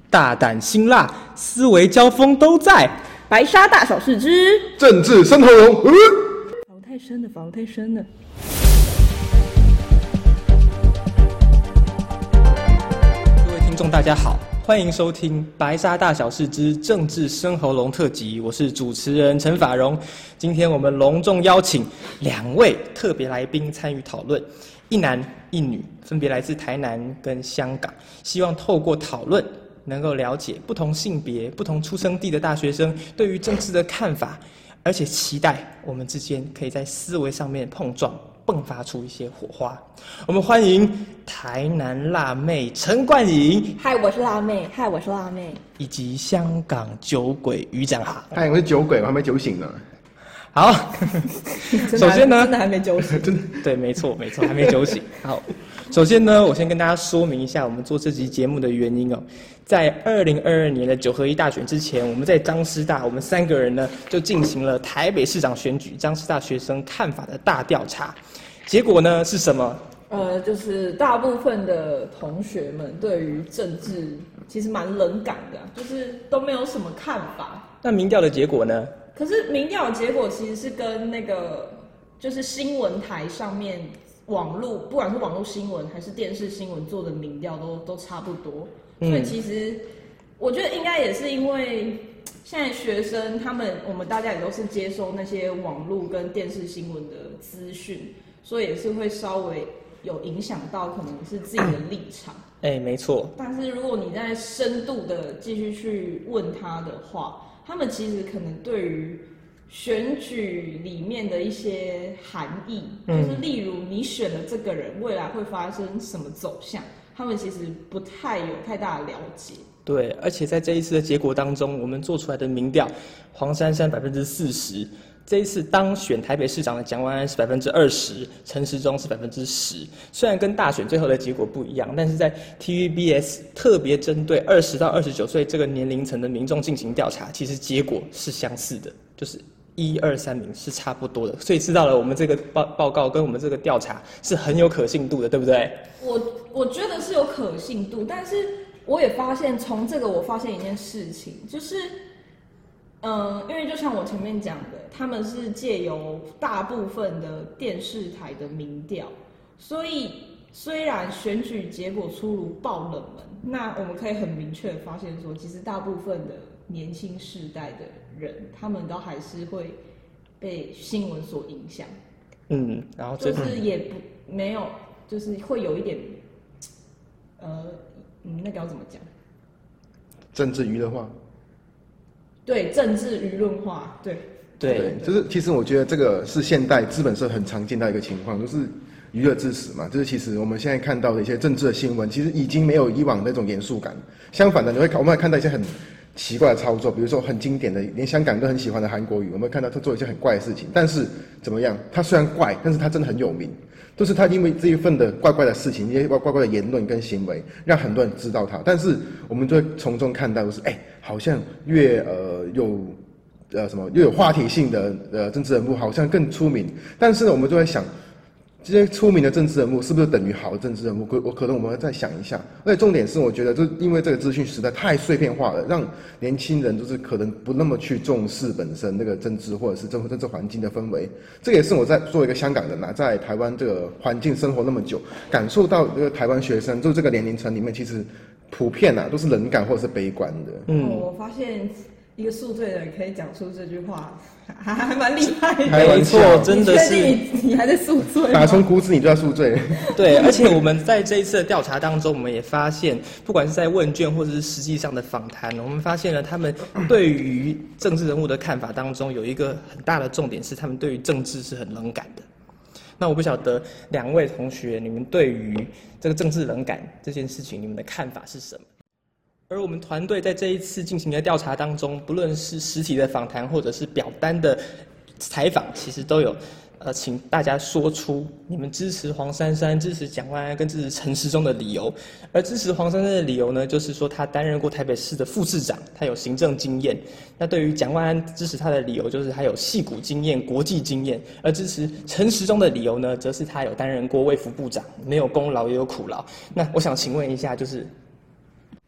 大胆辛辣，思维交锋都在。 白沙大小事之政治生喉咙。 防太深了，防太深了。 各位听众大家好，欢迎收听《白沙大小事之政治生喉咙》特辑，我是主持人陈法荣。今天我们隆重邀请2位特别来宾参与讨论，一男一女，分别来自台南跟香港，希望透过讨论能够了解不同性别、不同出生地的大学生对于政治的看法，而且期待我们之间可以在思维上面碰撞，迸发出一些火花。我们欢迎台南辣妹陈冠颖， 嗨，我是辣妹，嗨，我是辣妹， 以及香港酒鬼于展豪。 嗨，我是酒鬼，我还没酒醒呢。 好，首先呢， 真的还没酒醒， 真的对，没错，还没酒醒。好，首先呢，我先跟大家说明一下我们做这集节目的原因哦。在2022年的9合1大选之前，我们在彰师大，我们3个人呢就进行了台北市长选举彰师大学生看法的大调查。结果呢是什么？ 就是大部分的同学们对于政治其实蛮冷感的，就是都没有什么看法。 那民调的结果呢？ 可是民调的结果其实是跟那个就是新闻台上面网络，不管是网络新闻还是电视新闻做的民调都差不多。所以其实我觉得应该也是因为现在学生我们大家也都是接收那些网络跟电视新闻的资讯，所以也是会稍微有影响到可能是自己的立场。 没错。 但是如果你在深度的继续去问他的话，他们其实可能对于选举里面的一些含义，就是例如你选了这个人，未来会发生什么走向，他们其实不太有太大的了解。 对，而且在这一次的结果当中，我们做出来的民调，黄珊珊40%，这一次当选台北市长的蒋万安是20%，陈时中是10%。虽然跟大选最后的结果不一样，但是在 TVBS 特别针对20到29岁这个年龄层的民众进行调查，其实结果是相似的，就是1、2、3名是差不多的，所以知道了我们这个报告跟我们这个调查是很有可信度的，对不对？ 我觉得是有可信度，但是我也发现从这个我发现一件事情，就是因为就像我前面讲的，他们是借由大部分的电视台的民调，所以虽然选举结果出炉爆冷门，那我们可以很明确的发现说，其实大部分的年轻世代的人，他们都还是会被新闻所影响。 然后就是也没有，就是会有一点，那个要怎么讲？ 政治娱乐化。 对，政治舆论化，对， 就是其实我觉得这个是现代资本社很常见到一个情况，就是娱乐至死嘛。就是其实我们现在看到的一些政治的新闻，其实已经没有以往那种严肃感。相反的，我们会看到一些很奇怪的操作，比如说很经典的，连香港人都很喜欢的韩国语，我们会看到他做一些很怪的事情。但是怎么样？他虽然怪，但是他真的很有名。就是他因为这一份的怪怪的事情，一些怪怪的言论跟行为，让很多人知道他。但是我们就会从中看到的是，好像越有话题性的政治人物好像更出名。但是呢，我们就会想，这些出名的政治人物是不是等于好的政治人物？可能我们再想一下。而且重点是，我觉得就是因为这个资讯时代太碎片化了，让年轻人就是可能不那么去重视本身那个政治或者是政治环境的氛围。这个也是我在作为一个香港人在台湾这个环境生活那么久，感受到这个台湾学生就这个年龄层里面，其实普遍都是冷感或者是悲观的。 我发现一个宿醉的人可以讲出这句话，还蛮厉害的。 没错，真的是。 你还在宿醉？ 打从骨子你就要宿醉。 对，而且我们在这一次的调查当中，我们也发现，不管是在问卷或者是实际上的访谈，我们发现了他们对于政治人物的看法当中，有一个很大的重点是，他们对于政治是很冷感的。那我不晓得2位同学，你们对于这个政治冷感这件事情，你们的看法是什么？而我们团队在这一次进行的调查当中，不论是实体的访谈或者是表单的采访，其实都有请大家说出你们支持黄珊珊、支持蒋万安跟支持陈时中的理由。而支持黄珊珊的理由呢，就是说他担任过台北市的副市长，他有行政经验。那对于蒋万安支持他的理由，就是他有矽谷经验、国际经验。而支持陈时中的理由呢，则是他有担任过卫福部长，没有功劳也有苦劳。那我想请问一下，就是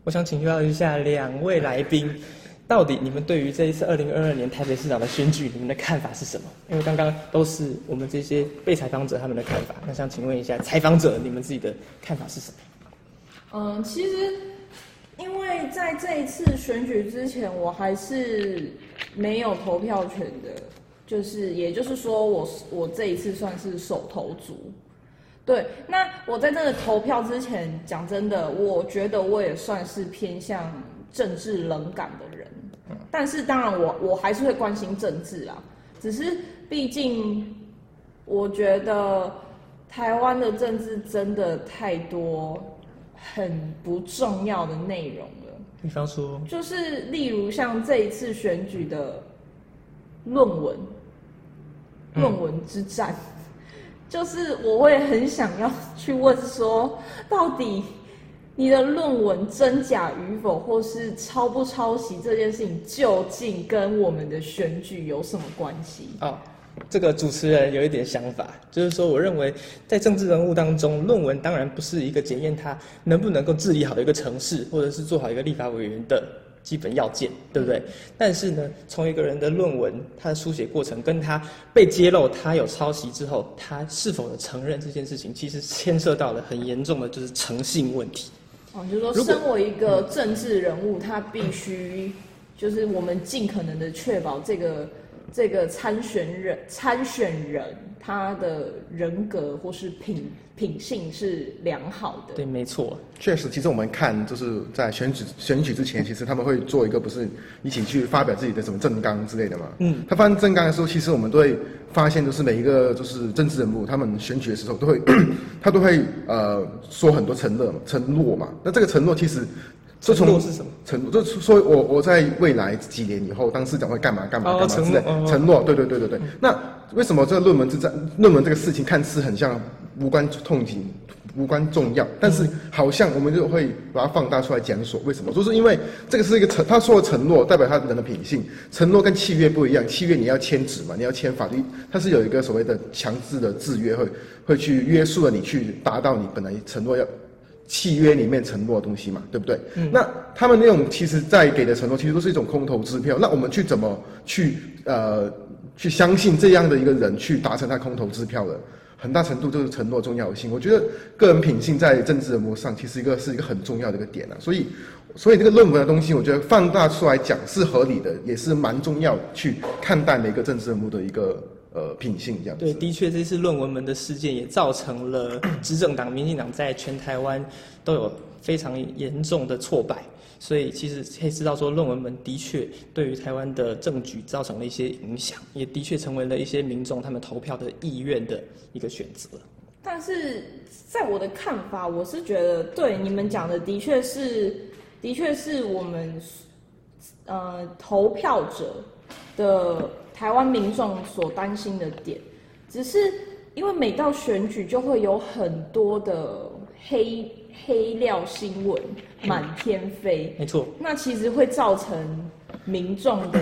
我想请教一下2位来宾，到底你们对于这一次2022年台北市长的选举，你们的看法是什么？因为刚刚都是我们这些被采访者他们的看法，那想请问一下采访者，你们自己的看法是什么？ 其实因为在这一次选举之前，我还是没有投票权的，也就是说我这一次算是首投族。对，那我在这个投票之前，讲真的，我觉得我也算是偏向政治冷感的人，但是当然我还是会关心政治啦，只是毕竟我觉得台湾的政治真的太多很不重要的内容了。 比方说， 就是例如像这一次选举的论文之战。就是我会很想要去问说，到底你的论文真假与否，或是抄不抄袭这件事情，究竟跟我们的选举有什么关系？ 这个主持人有一点想法，就是说，我认为在政治人物当中，论文当然不是一个检验他能不能够治理好一个城市，或者是做好一个立法委员的基本要件，对不对？但是呢，从一个人的论文，他的书写过程，跟他被揭露他有抄袭之后，他是否的承认这件事情，其实牵涉到了很严重的就是诚信问题。 就是说，身为一个政治人物，他必须就是我们尽可能的确保这个参选人他的人格或是品性是良好的。 对，没错。 确实，其实我们看就是在选举之前，其实他们会做一个不是一起去发表自己的什么政纲之类的嘛。他发政纲的时候，其实我们都会发现，就是每一个就是政治人物，他们选举的时候都会说很多承诺嘛。那这个承诺其实。 承诺是什么？ 承诺就是说我在未来几年以后当市长会干嘛之类的承诺。对。那为什么这个论文这个事情看似很像无关痛情、无关重要，但是好像我们就会把它放大出来讲说为什么？就是因为这个是一个他说的承诺，代表他人的品性。承诺跟契约不一样，契约你要签纸嘛，你要签法律，它是有一个所谓的强制的制约，会去约束了你去达到你本来承诺要。契约里面承诺的东西嘛，对不对？那他们那种其实在给的承诺，其实都是一种空头支票。那我们去怎么去相信这样的一个人去达成他空头支票的？很大程度就是承诺重要性。我觉得个人品性在政治人物上，其实是一个很重要的一个点啊。所以这个论文的东西，我觉得放大出来讲是合理的，也是蛮重要去看待每个政治人物的一个。品性这样子。 对，的确，这次论文门的事件也造成了执政党民进党在全台湾都有非常严重的挫败，所以其实可以知道说，论文门的确对于台湾的政局造成了一些影响，也的确成为了一些民众他们投票的意愿的一个选择。 但是在我的看法，我是觉得，对你们讲的，的确是我们投票者的。台湾民众所担心的点，只是因为每到选举就会有很多的黑料新闻满天飞， 没错。 那其实会造成民众的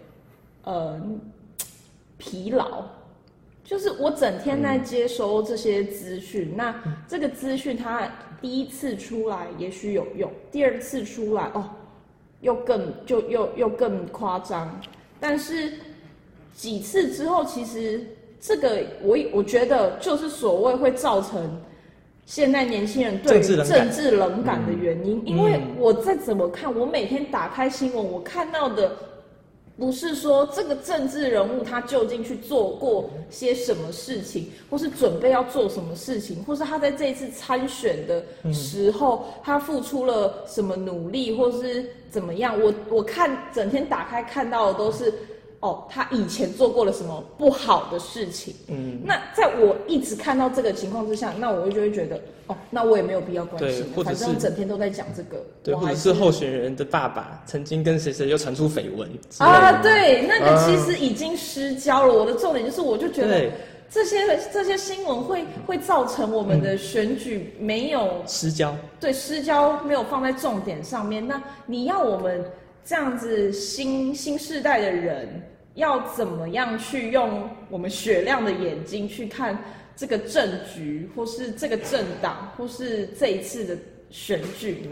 疲劳，就是我整天在接收这些资讯，那这个资讯它第一次出来也许有用，第二次出来又更夸张，但是。几次之后，其实这个我觉得就是所谓会造成现在年轻人对政治冷感的原因。因为我再怎么看，我每天打开新闻，我看到的不是说这个政治人物他究竟去做过些什么事情，或是准备要做什么事情，或是他在这一次参选的时候，他付出了什么努力，或是怎么样。我看整天打开看到的都是。他以前做过了什么不好的事情？那在我一直看到这个情况之下，那我就会觉得，那我也没有必要关心，反正整天都在讲这个。 对，或者是候选人的爸爸曾经跟谁又传出绯闻对，那个其实已经失焦了。我的重点就是，我就觉得这些新闻会造成我们的选举没有失焦， 对，失焦没有放在重点上面。那你要我们这样子新世代的人。要怎么样去用我们雪亮的眼睛去看这个政局，或是这个政党，或是这一次的选举呢？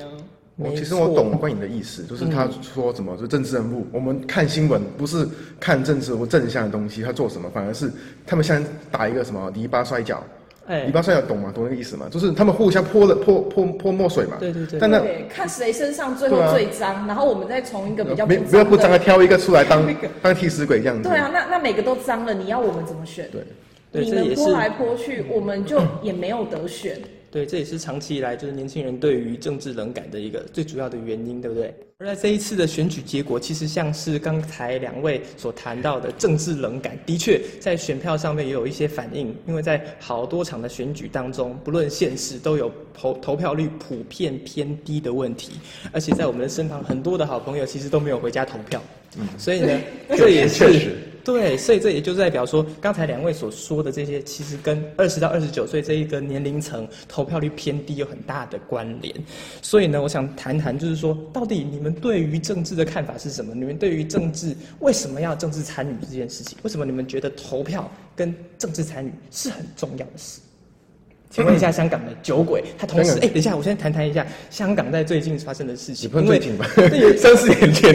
其实我懂关颖的意思，就是他说什么，就政治人物，我们看新闻不是看政治或正向的东西，他做什么，反而是他们现在打一个什么篱笆摔跤。篱笆摔跤懂吗？懂那个意思吗？就是他们互相泼墨水嘛。 对。但那看谁身上最后最脏，然后我们再从一个比较不脏的挑一个出来当替死鬼这样子。 对啊，那每个都脏了，你要我们怎么选？ 对， 你们泼来泼去，我们就也没有得选。 对，这也是长期以来就是年轻人对于政治冷感的一个最主要的原因，对不对？而在这一次的选举结果，其实像是刚才两位所谈到的政治冷感，的确在选票上面也有一些反应，因为在好多场的选举当中，不论县市都有投票率普遍偏低的问题，而且在我们的身旁很多的好朋友其实都没有回家投票，所以呢，这也是。对，所以这也就代表说，刚才两位所说的这些，其实跟20到29岁这一个年龄层投票率偏低有很大的关联。所以呢，我想谈谈，就是说，到底你们对于政治的看法是什么？你们对于政治为什么要政治参与这件事情？为什么你们觉得投票跟政治参与是很重要的事？请问一下香港的酒鬼，他同时等一下，我先谈一下香港在最近发生的事情。 不是最近吧？3-4年前的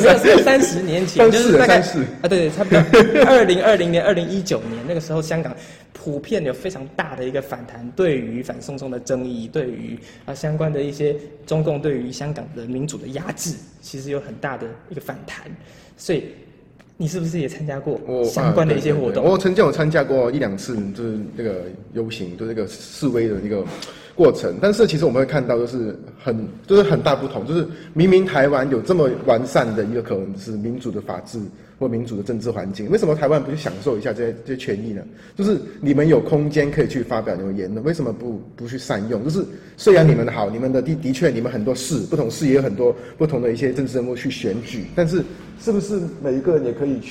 ，30年前，就是大概对，差不多2020年、2019年那个时候，香港普遍有非常大的一个反弹，对于反送中的争议，对于相关的一些中共对于香港的民主的压制，其实有很大的一个反弹，所以。你是不是也参加过相关的一些活动？ 我曾经有参加过1-2次，就是这个游行，就是这个示威的一个过程。但是其实我们会看到，就是很大不同，就是明明台湾有这么完善的一个可能是民主的法治或民主的政治环境，为什么台湾不去享受一下这些权益呢？就是你们有空间可以去发表你们言论，为什么不去善用？就是虽然你们好，你们的确你们很多不同市也有很多不同的一些政治人物去选举，但是是不是每一个人也可以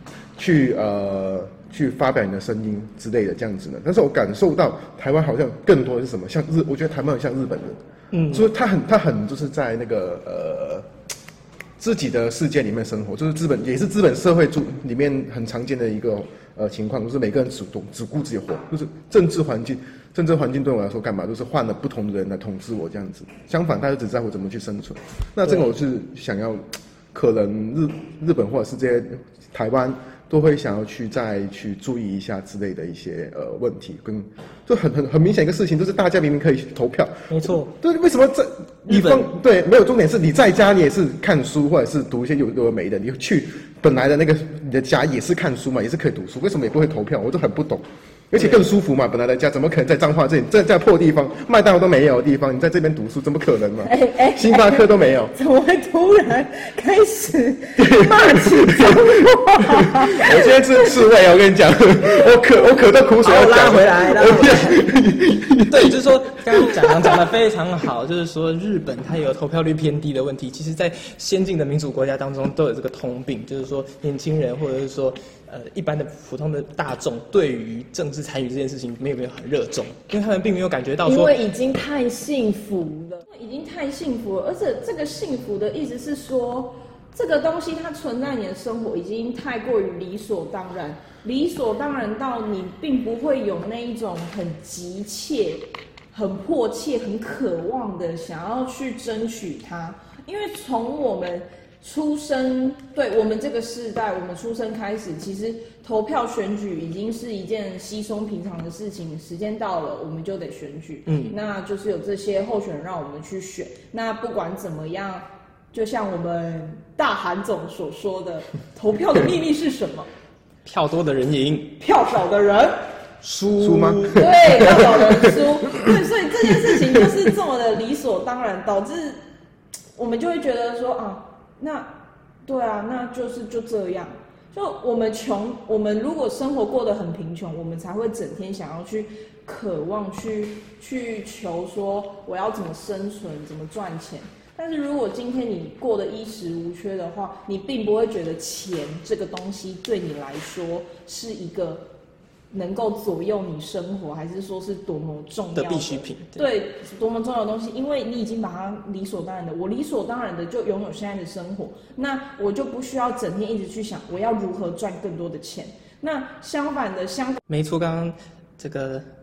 去发表你的声音之类的这样子呢？但是我感受到台湾好像更多的是什么？我觉得台湾很像日本人，所以他很就是在那个自己的世界里面生活，就是也是资本社会里面很常见的一个情况，就是每个人只顾自己活，就是政治环境对我来说干嘛？就是换了不同的人来统治我这样子。相反，大家只在乎怎么去生存。那这个我是想要，可能日本或者是这些台湾都会想要再去注意一下之类的一些问题，就很明显一个事情，就是大家明明可以投票， 没错， 对，为什么日本对没有重点是你在家你也是看书或者是读一些有的没的，你去本来的那个你的家也是看书嘛，也是可以读书，为什么也不会投票？我都很不懂。而且更舒服嘛，本来的家怎么可能在彰化这里，在破地方，麦当劳都没有的地方，你在这边读书，怎么可能嘛？星巴克都没有， 怎么会突然开始骂起脏话？ 我今天是刺猬，我跟你讲，我渴到苦水要拉回来。对，就是说刚刚讲的非常好，就是说日本它有投票率偏低的问题，其实在先进的民主国家当中都有这个通病，就是说年轻人或者是说一般的普通的大众对于政治参与这件事情没有很热衷，因为他们并没有感觉到说， 因为已经太幸福了，而且这个幸福的意思是说，这个东西它存在你的生活已经太过于理所当然到你并不会有那一种很急切、很迫切、很渴望的想要去争取它，因为从我们出生，对我们这个世代，我们出生开始，其实投票选举已经是一件稀松平常的事情。时间到了，我们就得选举。那就是有这些候选人让我们去选。那不管怎么样，就像我们大韩总所说的，投票的秘密是什么？ 票多的人赢， 票少的人输吗？ 对，票少的人输。对，所以这件事情就是这么的理所当然，导致我们就会觉得说啊。对啊，那就这样。就我们如果生活过得很贫穷，我们才会整天想要去渴望去求说我要怎么生存，怎么赚钱。但是如果今天你过得衣食无缺的话，你并不会觉得钱这个东西对你来说是一个能够左右你生活，还是说是多么重要的必需品？ 对，多么重要的东西，因为你已经把它理所当然的，我理所当然的就拥有现在的生活，那我就不需要整天一直去想我要如何赚更多的钱。那相反的， 没错，刚刚这个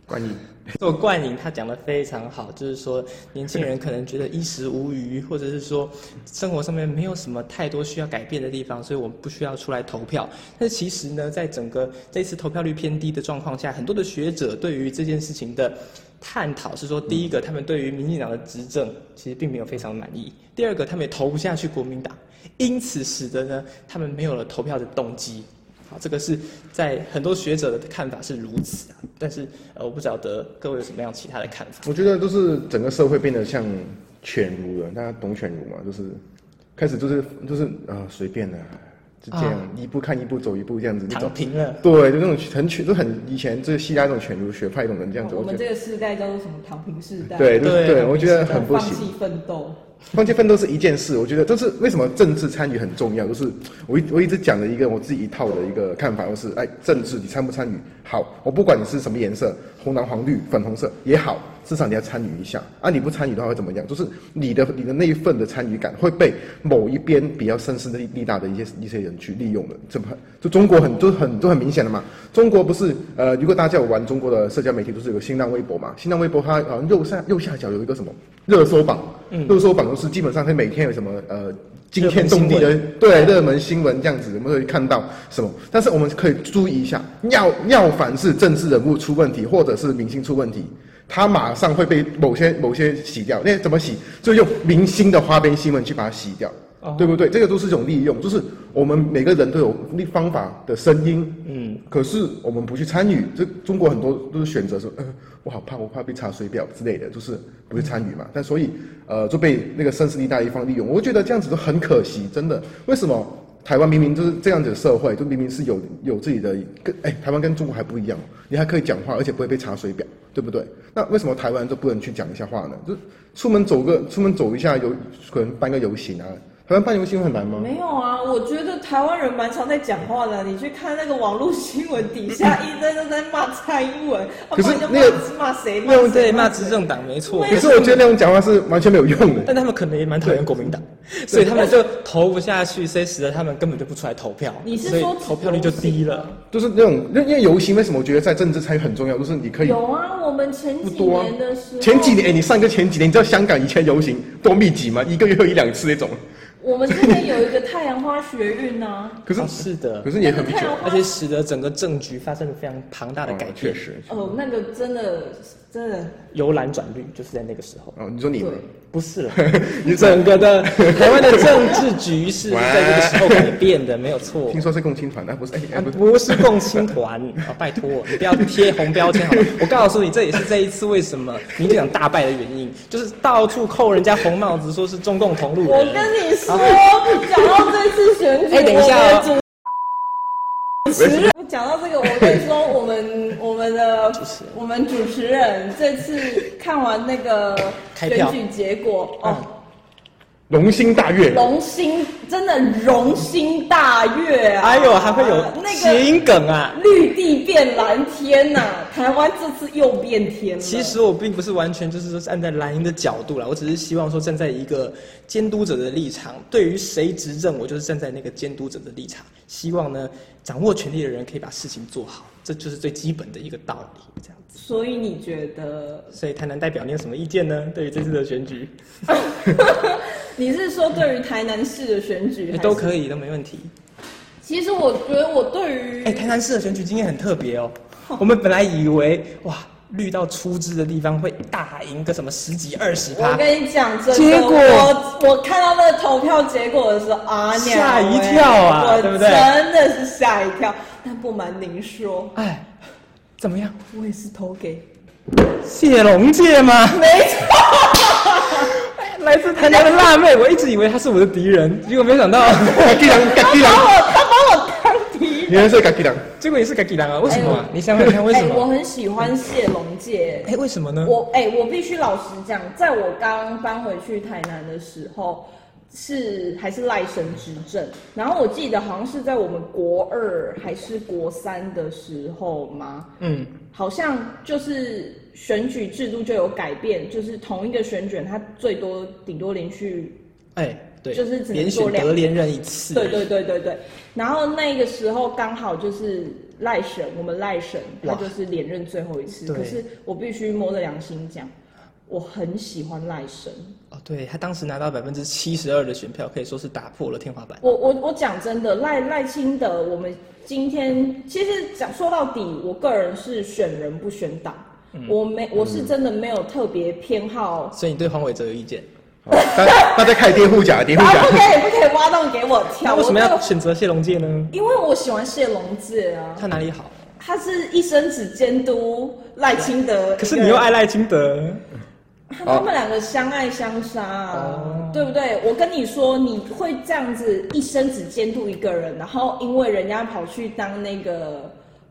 冠毅。 做冠颖他讲的非常好，就是说年轻人可能觉得衣食无余，或者是说生活上面没有什么太多需要改变的地方，所以我们不需要出来投票。但是其实呢，在整个这次投票率偏低的状况下，很多的学者对于这件事情的探讨是说，第一个，他们对于民进党的执政其实并没有非常满意；第二个，他们也投不下去国民党，因此使得呢，他们没有了投票的动机。好，这个是在很多学者的看法是如此啊，但是我不晓得各位有什么样其他的看法。 我觉得都是整个社会变得像犬儒了，大家懂犬儒吗？就是开始就是随便的，就这样、一步看一步走一步这样子， 躺平了。 对，就那种很以前这个希腊那种犬儒学派那种人这样子。 我们这个世代叫做什么躺平世代？ 对，我觉得很不行。 放弃奋斗。 放弃奋斗是一件事，我觉得这是为什么政治参与很重要。就是我一直讲的一个我自己一套的一个看法，就是政治你参不参与好，我不管你是什么颜色，红蓝黄绿粉红色也好，至少你要参与一下啊！你不参与的话会怎么样？就是你的那一份的参与感会被某一边比较声势力大的一些人去利用了。就中国都很明显的嘛。中国不是如果大家有玩中国的社交媒体，都是有个新浪微博嘛。新浪微博它好像右下角有一个什么热搜榜，热搜榜就是基本上它每天有什么惊天动地的热门新闻这样子，我们会看到什么？但是我们可以注意一下，要凡是政治人物出问题，或者是明星出问题，他马上会被某些洗掉。那怎么洗？就用明星的花边新闻去把它洗掉，对不对？这个都是一种利用，就是我们每个人都有方法的声音，可是我们不去参与。这中国很多都是选择说，我好怕，我怕被查水表之类的，就是不会参与嘛。但所以就被那个声势力大一方利用，我觉得这样子都很可惜，真的。为什么？台湾明明就是这样子的社会，就明明是有自己的台湾跟中国还不一样，你还可以讲话，而且不会被查水表，对不对？那为什么台湾人就不能去讲一下话呢？就出门走一下，可能办个游行啊。台湾办游行很难吗？ 没有啊，我觉得台湾人蛮常在讲话的。你去看那个网络新闻底下一堆都在骂蔡英文， 可是那个骂谁？ 对，骂执政党没错。 可是我觉得那种讲话是完全没有用的。 但他们可能也蛮讨厌国民党，所以他们就投不下去，所以使得他们根本就不出来投票。 你是说投票率就低了？ 就是那种因为游行，为什么我觉得在政治参与很重要？就是你可以有啊，我们前几年的时候， 前几年你上个前几年，你知道香港以前游行多密集吗？一个月有1-2次那种。 我们这边有一个太阳花学运啊， 可是是的， 可是也很久， 而且使得整个政局发生了非常庞大的改变。 确实， 那个真的由蓝转绿，就是在那个时候。 你说你们不是了，整个的台湾的政治局势在这个时候改变的，没有错。 听说是共青团，不是？ 不是共青团拜托，你不要贴红标签好吗？我告诉你，这也是这一次为什么民进党大败的原因，就是到处扣人家红帽子，说是中共同路人。 我跟你说，讲到这次选举， 等一下哦。 讲到这个，我跟你说，我们主持人这次看完那个选举结果， 龙心大悦， 真的龙心大悦啊！ 哎呦，还会有谐音梗啊！ 绿地变蓝天呐，台湾这次又变天了。 其实我并不是完全就是说站在蓝营的角度啦，我只是希望说站在一个监督者的立场，对于谁执政，我就是站在那个监督者的立场，希望呢掌握权力的人可以把事情做好，这就是最基本的一个道理，这样子。 所以你觉得？ 所以台南代表，你有什么意见呢？对于这次的选举？ 你是说对于台南市的选举？ 都可以，都没问题。 其实我觉得我对于台南市的选举经验很特别哦。我们本来以为哇，绿到出汁的地方会大赢个什么10几20%。 我跟你讲，真的， 结果我看到那个投票结果的时候， 吓一跳啊，对不对？ 真的是吓一跳。但不瞒您说， 怎么样？ 我也是投给谢龙介吗？ 没错。 来自台南的辣妹，我一直以为她是我的敌人，结果没想到他把我当敌人， 原来是嘎吉郎， 结果也是嘎吉郎啊？为什么？你想想看，为什么？ 我很喜欢谢龙介。 为什么呢？ 我必须老实讲，在我刚搬回去台南的时候，还是赖神执政，然后我记得好像是在我们国2还是国3的时候吗？好像就是选举制度就有改变，就是同一个选举人他最多顶多连续对， 就是只能做连任一次。 对。然后那个时候刚好就是赖神，我们赖神他就是连任最后一次，可是我必须摸着良心讲，我很喜欢赖神。 哦，对，他当时拿到72%的选票，可以说是打破了天花板。 我讲真的，赖清德，我们今天其实说到底，我个人是选人不选党，我是真的没有特别偏好。 所以你对黄伟哲有意见？ 他在开颠覆甲， 不可以挖洞给我跳。 那为什么要选择谢龙介呢？ 因为我喜欢谢龙介啊。 他哪里好？ 他是一生只监督赖清德， 可是你又爱赖清德。 他们两个相爱相杀啊，对不对？我跟你说，你会这样子一生只监督一个人，然后因为人家跑去当那个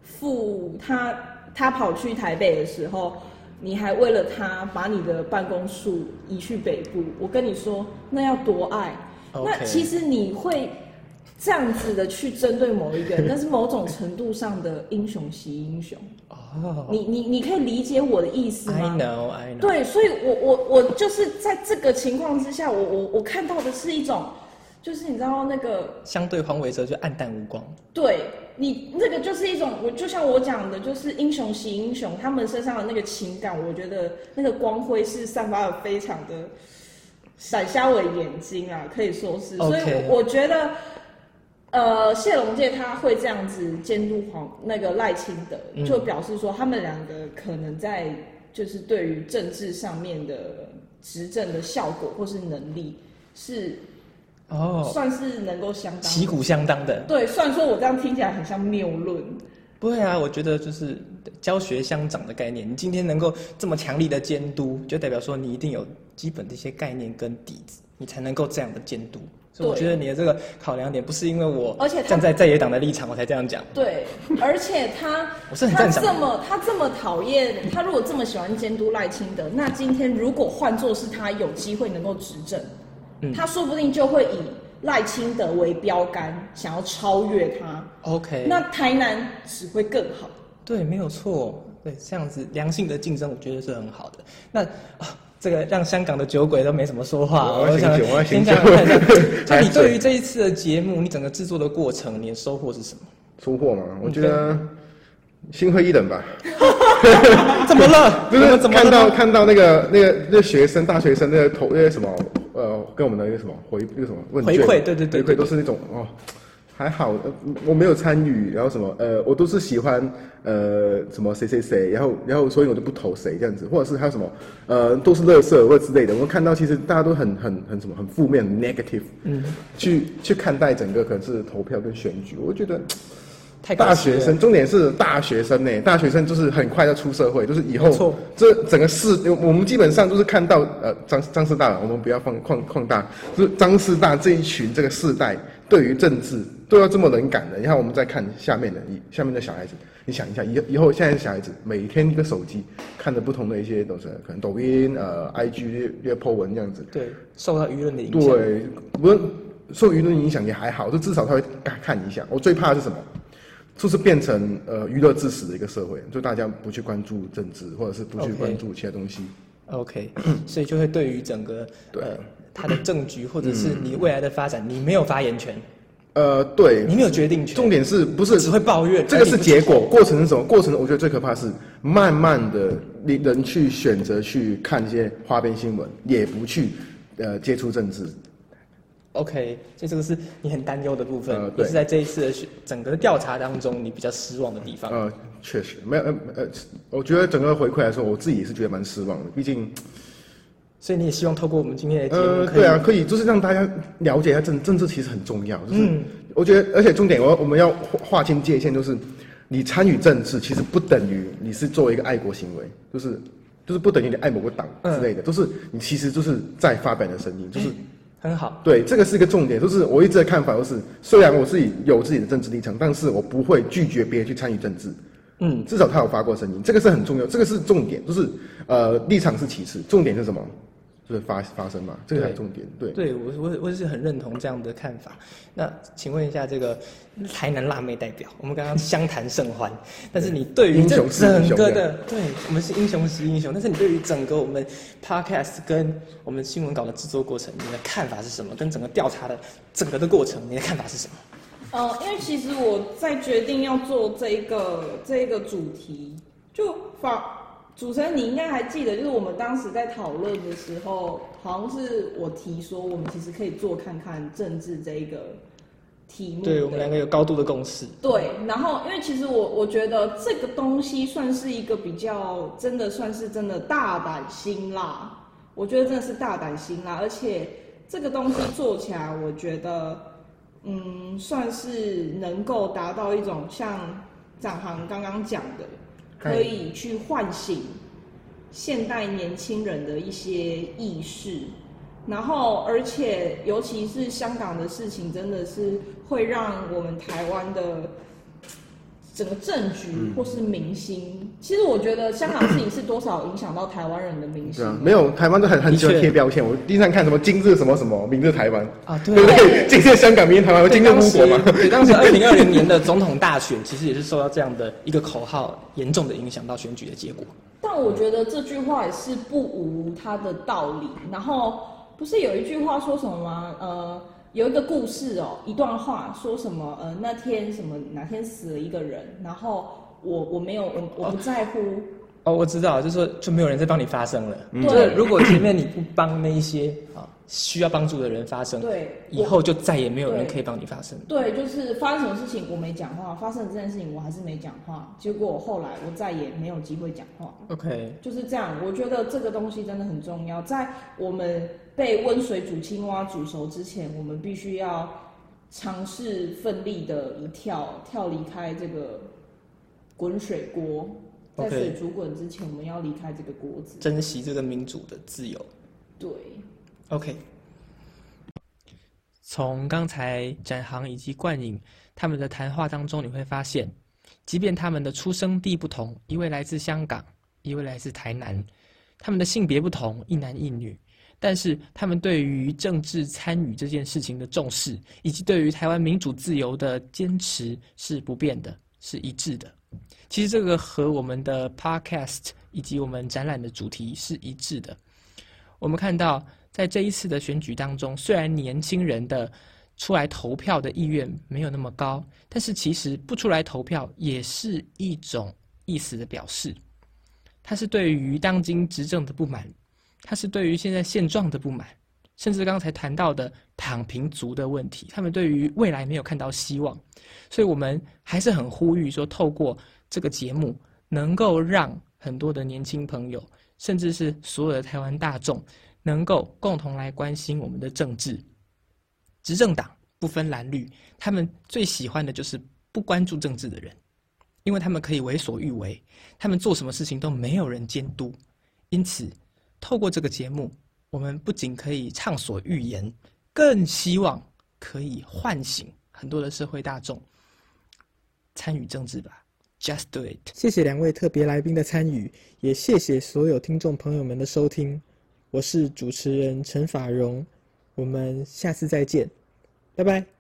他跑去台北的时候，你还为了他把你的办公室移去北部，我跟你说，那要多爱。那其实你会这样子的去针对某一个人，那是某种程度上的英雄惜英雄。你可以理解我的意思吗 ？I know。 对，所以我就是在这个情况之下，我看到的是一种，就是你知道那个相对黄伟哲就黯淡无光。 对你那个就是一种，就像我讲的，就是英雄惜英雄，他们身上的那个情感，我觉得那个光辉是散发的非常的闪瞎我的眼睛啊，可以说是。所以我觉得。谢龙介他会这样子监督那个赖清德，就表示说他们两个可能在就是对于政治上面的执政的效果或是能力是算是能够相当旗鼓相当的。 对，虽然说我这样听起来很像谬论。 不会啊，我觉得就是教学相长的概念。你今天能够这么强力的监督，就代表说你一定有基本的一些概念跟底子，你才能够这样的监督。所以我觉得你的这个考量点不是因为我站在在野党的立场我才这样讲。 对，而且我是很赞赏他这么讨厌，他如果这么喜欢监督赖清德，那今天如果换作是他有机会能够执政，他说不定就会以赖清德为标杆，想要超越他。 OK， 那台南只会更好。 对，没有错。对，这样子良性的竞争，我觉得是很好的。那这个让香港的酒鬼都没什么说话。我想先讲看一下，就你对于这一次的节目，你整个制作的过程，你的收获是什么？ 收获嘛，我觉得心灰意冷吧。 怎么了？ 就是看到那个学生大学生那个什么跟我们的那个什么回馈，对， 回馈都是那种还好，我没有参与，然后什么我都是喜欢什么谁，然后所以我就不投谁这样子，或者是还有什么都是垃圾或者之类的。我们看到其实大家都很什么很负面 negative， 去看待整个可能是投票跟选举，我觉得。大学生，重点是大学生呢。大学生就是很快要出社会，就是以后这整个我们基本上都是看到张师大，我们不要扩大，就是张师大这一群这个世代对于政治都要这么冷感的。然后我们再看下面的小孩子，你想一下，以后现在的小孩子每天一个手机看着不同的一些东西，可能抖音IG 这些 po 文这样子， 对，受到舆论的影响， 对，不是受舆论影响也还好，就至少他会看一下。我最怕的是什么？就是变成娱乐至死的一个社会，就大家不去关注政治，或者是不去关注其他东西。 OK， 所以就会对于整个他的政局或者是你未来的发展，你没有发言权。 对， 你没有决定权。 重点是不是只会抱怨？ 这个是结果，过程是什么？过程我觉得最可怕是慢慢的人去选择去看一些花边新闻，也不去接触政治。 OK， 所以这个是你很担忧的部分，也是在这一次的整个调查当中你比较失望的地方。 确实没有我觉得整个回馈来说，我自己也是觉得蛮失望的，毕竟。 所以你也希望透过我们今天的节目， 对啊，可以就是让大家了解一下政治其实很重要，就是我觉得，而且重点我们要划清界限，就是你参与政治其实不等于你是作为一个爱国行为，就是不等于你爱某个党之类的，都是你其实就是在发表你的声音，就是。 很好， 对，这个是一个重点，就是我一直的看法，就是虽然我自己有自己的政治立场，但是我不会拒绝别人去参与政治，至少他有发过声音，这个是很重要，这个是重点，就是立场是其次，重点是什么？就是发声嘛，这个才是重点。对， 我是很认同这样的看法。那请问一下，这个台南辣妹代表，我们刚刚相谈甚欢，但是你对于这整个的，对我们是英雄惜英雄，但是你对于整个我们 podcast 跟我们新闻稿的制作过程，你的看法是什么？跟整个调查的整个的过程，你的看法是什么？ 因为其实我在决定要做这一个主题，就主持人你应该还记得，就是我们当时在讨论的时候，好像是我提说我们其实可以做看看政治这一个题目。 对，我们两个有高度的共识。 对，然后因为其实我觉得这个东西算是一个比较真的大胆辛辣，我觉得真的是大胆辛辣，而且这个东西做起来，我觉得算是能够达到一种像展航刚刚讲的，可以去唤醒现代年轻人的一些意识，然后而且尤其是香港的事情，真的是会让我们台湾的整个政局或是民心，其实我觉得香港事情是多少影响到台湾人的民心。 没有，台湾都很喜欢贴标签。我第一站看什么今日什么什么，明日台湾啊，对不对？今日香港，明日台湾，今日乌国嘛。 对，当时2020年的总统大选，其实也是受到这样的一个口号严重的影响到选举的结果。 但我觉得这句话也是不无它的道理。然后不是有一句话说什么吗？有一个故事哦，一段话说什么？那天什么哪天死了一个人，然后我没有我不在乎。 我知道，就是说就没有人在帮你发声了。就是如果前面你不帮那一些需要帮助的人发声， 对， 以后就再也没有人可以帮你发声。 对，就是发生什么事情我没讲话，发生这件事情我还是没讲话，结果后来我再也没有机会讲话。 OK， 就是这样。我觉得这个东西真的很重要，在我们被温水煮青蛙煮熟之前，我们必须要尝试奋力的跳离开这个滚水锅。在水煮滚之前，我们要离开这个锅子， 珍惜这个民主的自由。 对 ，OK。从刚才展航以及冠颖他们的谈话当中，你会发现，即便他们的出生地不同，一位来自香港，一位来自台南，他们的性别不同，一男一女，但是他们对于政治参与这件事情的重视，以及对于台湾民主自由的坚持是不变的，是一致的。其实这个和我们的 podcast 以及我们展览的主题是一致的。我们看到在这一次的选举当中，虽然年轻人的出来投票的意愿没有那么高，但是其实不出来投票也是一种意思的表示。它是对于当今执政的不满，它是对于现在现状的不满，甚至刚才谈到的躺平族的问题，他们对于未来没有看到希望。所以我们还是很呼吁说，透过这个节目能够让很多的年轻朋友，甚至是所有的台湾大众，能够共同来关心我们的政治。执政党不分蓝绿，他们最喜欢的就是不关注政治的人，因为他们可以为所欲为，他们做什么事情都没有人监督。因此透过这个节目，我们不仅可以畅所欲言，更希望可以唤醒很多的社会大众参与政治吧。Just do it。 谢谢两位特别来宾的参与，也谢谢所有听众朋友们的收听。我是主持人陈法蓉，我们下次再见，拜拜。